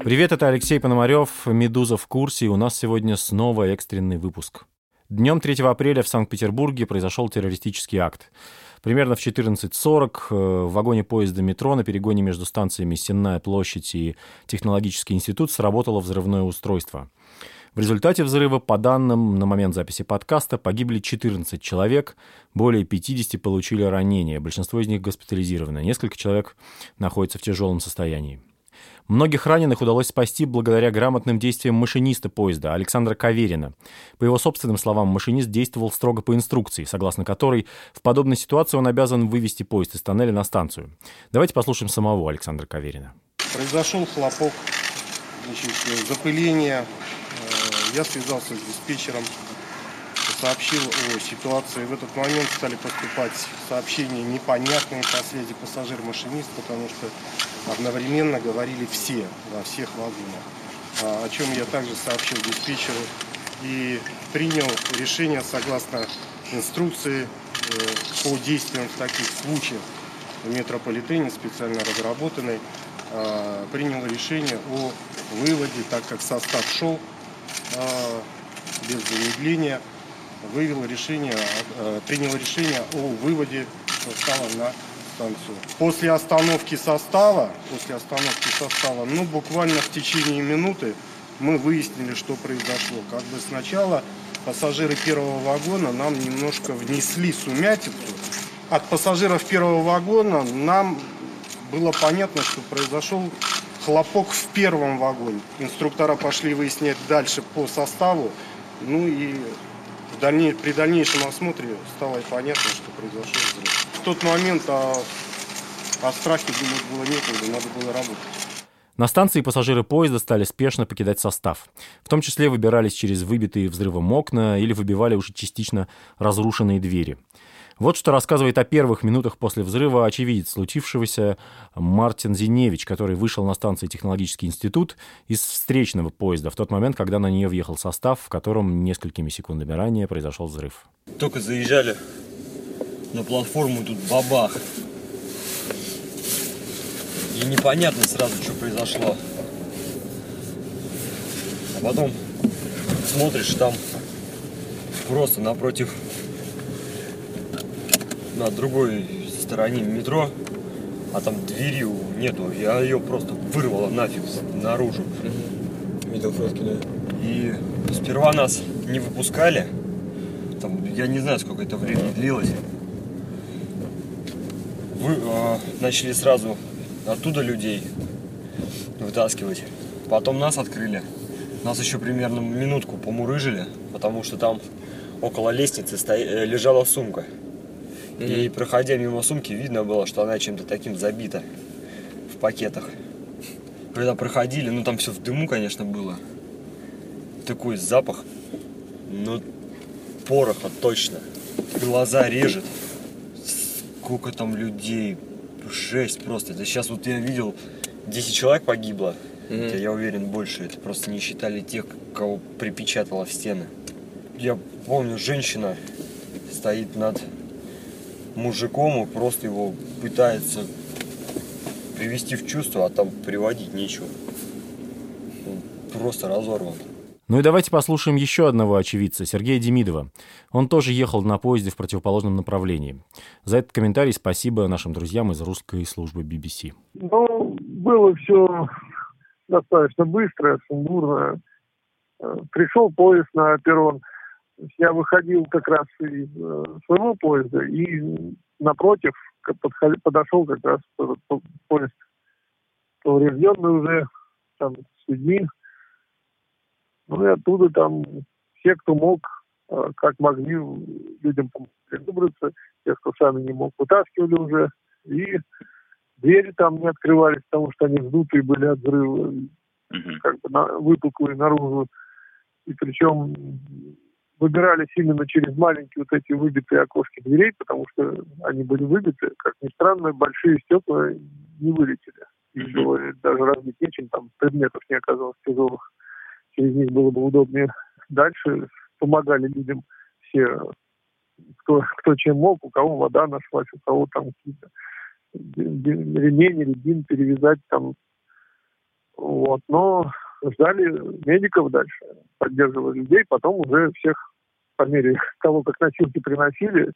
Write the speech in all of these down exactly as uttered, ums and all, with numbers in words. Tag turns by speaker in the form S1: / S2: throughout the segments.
S1: Привет, это Алексей Пономарев, «Медуза в курсе», и у нас сегодня снова экстренный выпуск. Днем третьего апреля в Санкт-Петербурге произошел террористический акт. Примерно в четырнадцать сорок в вагоне поезда метро на перегоне между станциями Сенная площадь и Технологический институт сработало взрывное устройство. В результате взрыва, по данным на момент записи подкаста, погибли четырнадцать человек, более пятьдесят получили ранения, большинство из них госпитализировано, несколько человек находятся в тяжелом состоянии. Многих раненых удалось спасти благодаря грамотным действиям машиниста поезда Александра Каверина. По его собственным словам, машинист действовал строго по инструкции, согласно которой в подобной ситуации он обязан вывести поезд из тоннеля на станцию. Давайте послушаем самого Александра Каверина.
S2: Произошел хлопок, значит, запыление. Я связался с диспетчером, сообщил о ситуации. В этот момент стали поступать сообщения непонятные по связи пассажир-машинист, потому что одновременно говорили все, во всех вагонах. О чем я также сообщил диспетчеру и принял решение согласно инструкции по действиям в таких случаях в метрополитене, специально разработанной. Принял решение о выводе, так как состав шел без замедления, вывел решение, принял решение о выводе состава на станцию. После остановки состава, после остановки состава, ну буквально в течение минуты мы выяснили, что произошло. Как бы сначала пассажиры первого вагона нам немножко внесли сумятицу. От пассажиров первого вагона нам было понятно, что произошел хлопок в первом вагоне. Инструктора пошли выяснять дальше по составу. Ну и в дальней, при дальнейшем осмотре стало понятно, что произошел взрыв. В тот момент о, о страхе думать было некогда, надо было работать.
S1: На станции пассажиры поезда стали спешно покидать состав. В том числе выбирались через выбитые взрывом окна или выбивали уже частично разрушенные двери. Вот что рассказывает о первых минутах после взрыва очевидец случившегося Мартин Зиневич, который вышел на станции Технологический институт из встречного поезда в тот момент, когда на нее въехал состав, в котором несколькими секундами ранее произошел взрыв.
S3: Только заезжали на платформу, тут бабах. И непонятно сразу, что произошло. А потом смотришь, там просто напротив, на другой стороне метро, а там двери нету, я ее просто вырвала нафиг наружу.
S4: Видел фотки, да?
S3: И сперва нас не выпускали, там, я не знаю, сколько это времени длилось. Вы, э, начали сразу оттуда людей вытаскивать, потом нас открыли. Нас еще примерно минутку помурыжили, потому что там около лестницы сто... лежала сумка. И проходя мимо сумки, видно было, что она чем-то таким забита в пакетах. Когда проходили, ну там все в дыму, конечно, было. Такой запах, ну, пороха точно. Глаза режет. Сколько там людей. Жесть просто. Это сейчас вот я видел, десять человек погибло. Mm-hmm. Хотя я уверен, больше. Это просто не считали тех, кого припечатало в стены. Я помню, женщина стоит над мужиком и просто его пытается привести в чувство, а там приводить нечего. Он просто разорван.
S1: Ну и давайте послушаем еще одного очевидца, Сергея Демидова. Он тоже ехал на поезде в противоположном направлении. За этот комментарий спасибо нашим друзьям из русской службы би би си.
S5: Ну, было все достаточно быстро, сумбурно. Пришел поезд на перрон. Я выходил как раз из э, своего поезда, и напротив подходи, подошел как раз поезд поврежденный уже, там, с людьми. Ну и оттуда там все, кто мог, э, как могли, людям помогли выбраться. Те, кто сами не мог, вытаскивали уже. И двери там не открывались, потому что они вздутые были от взрыва, mm-hmm. как бы на, выпуклые наружу. И причем выбирались именно через маленькие вот эти выбитые окошки дверей, потому что они были выбиты. Как ни странно, большие стекла не вылетели. Их было даже разбить нечем, там предметов не оказалось тяжелых. Через них было бы удобнее. Дальше помогали людям все, кто, кто чем мог, у кого вода нашлась, у кого там какие-то ремень или бинт перевязать, там Вот, но ждали медиков дальше, поддерживали людей, потом уже всех по мере того, как носилки приносили,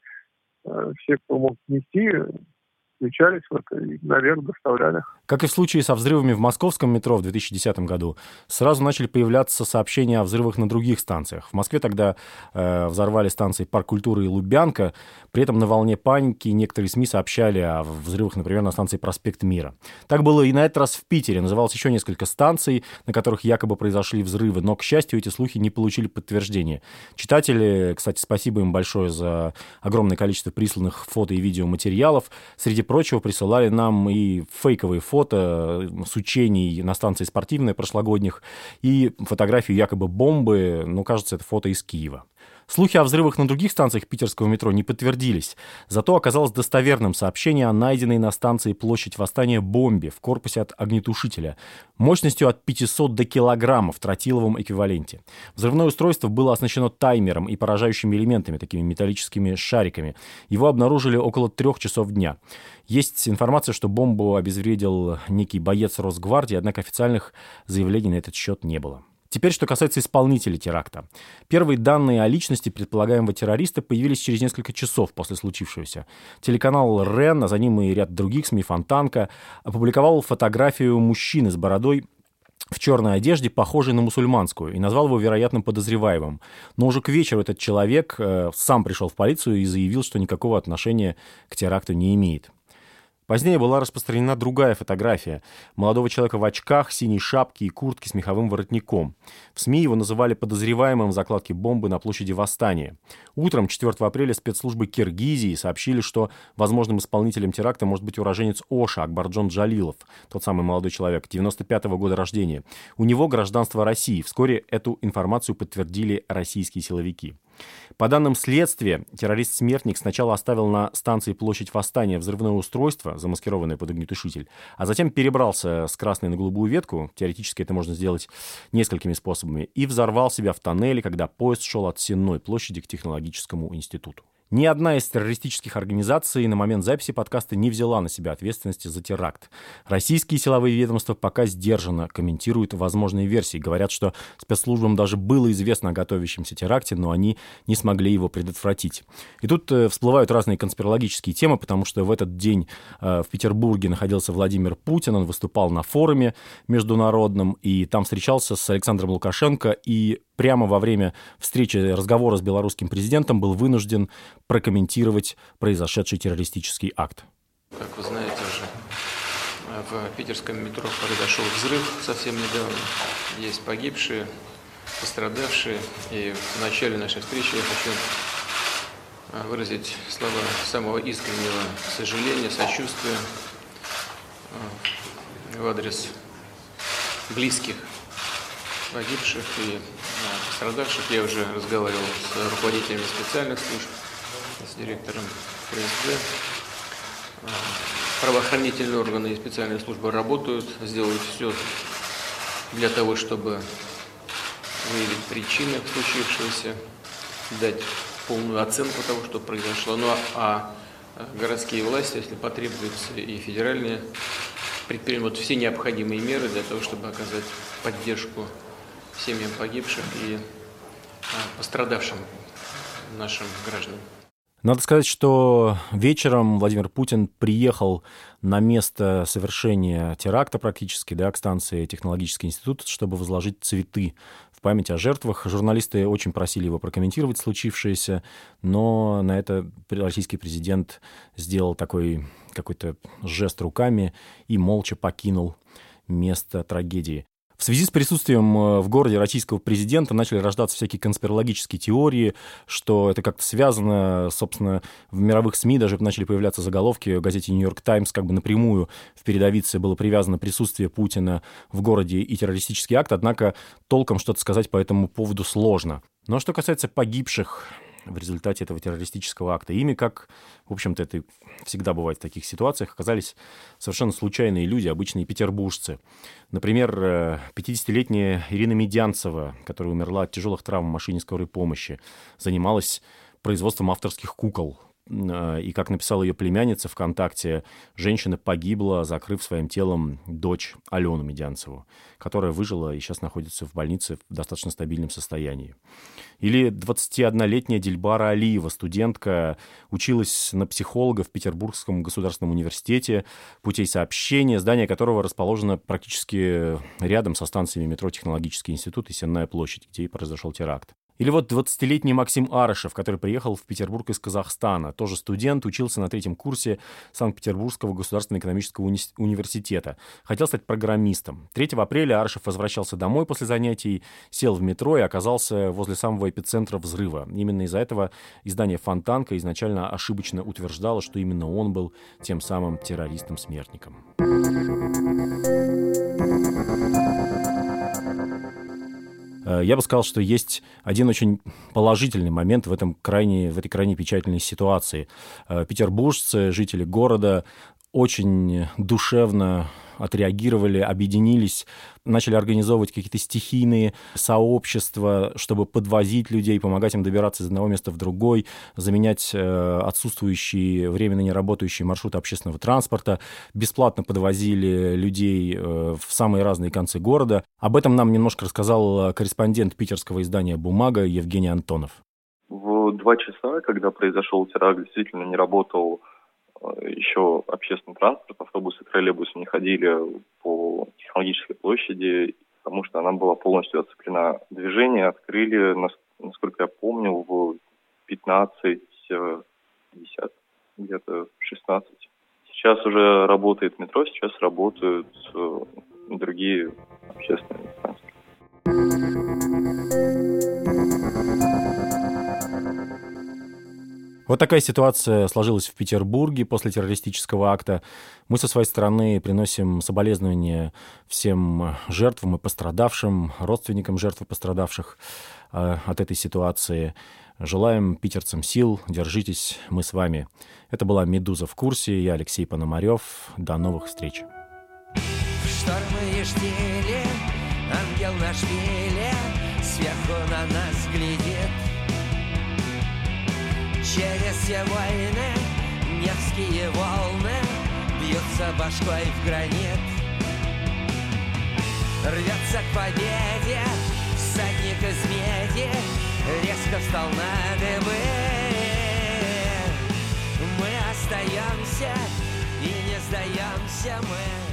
S5: все, кто мог нести, включались в это и наверх доставляли.
S1: Как и в случае со взрывами в московском метро в две тысячи десятом году, сразу начали появляться сообщения о взрывах на других станциях. В Москве тогда э, взорвали станции Парк культуры и Лубянка. При этом на волне паники некоторые СМИ сообщали о взрывах, например, на станции Проспект Мира. Так было и на этот раз в Питере. Называлось еще несколько станций, на которых якобы произошли взрывы. Но, к счастью, эти слухи не получили подтверждения. Читатели, кстати, спасибо им большое за огромное количество присланных фото и видеоматериалов. Среди прочего, присылали нам и фейковые фото с учений на станции «Спортивная» прошлогодних, и фотографию якобы бомбы, ну, кажется, это фото из Киева. Слухи о взрывах на других станциях питерского метро не подтвердились, зато оказалось достоверным сообщение о найденной на станции Площадь Восстания бомбе в корпусе от огнетушителя мощностью от пятисот до килограмма в тротиловом эквиваленте. Взрывное устройство было оснащено таймером и поражающими элементами, такими металлическими шариками. Его обнаружили около трех часов дня. Есть информация, что бомбу обезвредил некий боец Росгвардии, однако официальных заявлений на этот счет не было. Теперь, что касается исполнителей теракта. Первые данные о личности предполагаемого террориста появились через несколько часов после случившегося. Телеканал РЕН, а за ним и ряд других СМИ, Фонтанка, опубликовал фотографию мужчины с бородой в черной одежде, похожей на мусульманскую, и назвал его вероятным подозреваемым. Но уже к вечеру этот человек э, сам пришел в полицию и заявил, что никакого отношения к теракту не имеет. Позднее была распространена другая фотография молодого человека в очках, синей шапке и куртке с меховым воротником. В СМИ его называли подозреваемым в закладке бомбы на площади Восстания. Утром четвёртого апреля спецслужбы Киргизии сообщили, что возможным исполнителем теракта может быть уроженец Оша Акбарджон Джалилов, тот самый молодой человек, девяносто пятого года рождения. У него гражданство России. Вскоре эту информацию подтвердили российские силовики. По данным следствия, террорист-смертник сначала оставил на станции Площадь Восстания взрывное устройство, замаскированное под огнетушитель, а затем перебрался с красной на голубую ветку, теоретически это можно сделать несколькими способами, и взорвал себя в тоннеле, когда поезд шел от Сенной площади к Технологическому институту. Ни одна из террористических организаций на момент записи подкаста не взяла на себя ответственности за теракт. Российские силовые ведомства пока сдержанно комментируют возможные версии. Говорят, что спецслужбам даже было известно о готовящемся теракте, но они не смогли его предотвратить. И тут э, всплывают разные конспирологические темы, потому что в этот день э, в Петербурге находился Владимир Путин, он выступал на форуме международном, и там встречался с Александром Лукашенко, и прямо во время встречи, разговора с белорусским президентом был вынужден прокомментировать произошедший террористический акт.
S6: Как вы знаете уже, в питерском метро произошел взрыв совсем недавно. Есть погибшие, пострадавшие. И в начале нашей встречи я хочу выразить слова самого искреннего сожаления, сочувствия в адрес близких погибших и пострадавших. Я уже разговаривал с руководителями специальных служб, с директором ФСБ. Правоохранительные органы и специальные службы работают, сделают все для того, чтобы выявить причины случившегося, дать полную оценку того, что произошло. Ну а городские власти, если потребуется, и федеральные, предпримут все необходимые меры для того, чтобы оказать поддержку семьям погибших и пострадавшим нашим гражданам.
S1: Надо сказать, что вечером Владимир Путин приехал на место совершения теракта практически, да, к станции Технологический институт, чтобы возложить цветы в память о жертвах. Журналисты очень просили его прокомментировать случившееся, но на это российский президент сделал такой какой-то жест руками и молча покинул место трагедии. В связи с присутствием в городе российского президента начали рождаться всякие конспирологические теории, что это как-то связано, собственно, в мировых СМИ даже начали появляться заголовки. В газете «Нью-Йорк Таймс» как бы напрямую в передовице было привязано присутствие Путина в городе и террористический акт, однако толком что-то сказать по этому поводу сложно. Но что касается погибших в результате этого террористического акта, ими, как, в общем-то, это всегда бывает в таких ситуациях, оказались совершенно случайные люди, обычные петербуржцы. Например, пятидесятилетняя Ирина Медянцева, которая умерла от тяжелых травм в машине скорой помощи, занималась производством авторских кукол. И, как написала ее племянница ВКонтакте, женщина погибла, закрыв своим телом дочь Алену Медянцеву, которая выжила и сейчас находится в больнице в достаточно стабильном состоянии. Или двадцатиоднолетняя Дильбара Алиева, студентка, училась на психолога в Петербургском государственном университете путей сообщения, здание которого расположено практически рядом со станциями метро «Технологический институт» и Сенная площадь, где и произошел теракт. Или вот двадцатилетний Максим Арышев, который приехал в Петербург из Казахстана. Тоже студент, учился на третьем курсе Санкт-Петербургского государственного экономического уни- университета. Хотел стать программистом. третьего апреля Арышев возвращался домой после занятий, сел в метро и оказался возле самого эпицентра взрыва. Именно из-за этого издание «Фонтанка» изначально ошибочно утверждало, что именно он был тем самым террористом-смертником. Я бы сказал, что есть один очень положительный момент в, этом крайне, в этой крайне печальной ситуации. Петербуржцы, жители города, очень душевно отреагировали, объединились, начали организовывать какие-то стихийные сообщества, чтобы подвозить людей, помогать им добираться из одного места в другой, заменять отсутствующие, временно не работающие маршруты общественного транспорта, бесплатно подвозили людей в самые разные концы города. Об этом нам немножко рассказал корреспондент питерского издания «Бумага» Евгений Антонов.
S7: В два часа, когда произошел теракт, действительно не работал еще общественный транспорт, автобусы, троллейбусы не ходили по Технологической площади, потому что она была полностью оцеплена. Движение открыли, насколько я помню, в пятнадцать пятьдесят, где-то в шестнадцать. Сейчас уже работает метро, сейчас работают другие общественные транспорты.
S1: Вот такая ситуация сложилась в Петербурге после террористического акта. Мы со своей стороны приносим соболезнования всем жертвам и пострадавшим, родственникам жертв и пострадавших э, от этой ситуации. Желаем питерцам сил, держитесь, мы с вами. Это была «Медуза в курсе», я Алексей Пономарев. До новых встреч.
S8: В штормы и штили, ангел на шпиле сверху на нас глядит. Через все войны невские волны бьются башкой в гранит. Рвется к победе всадник из меди, резко встал на дыбы. Мы остаемся и не сдаемся мы.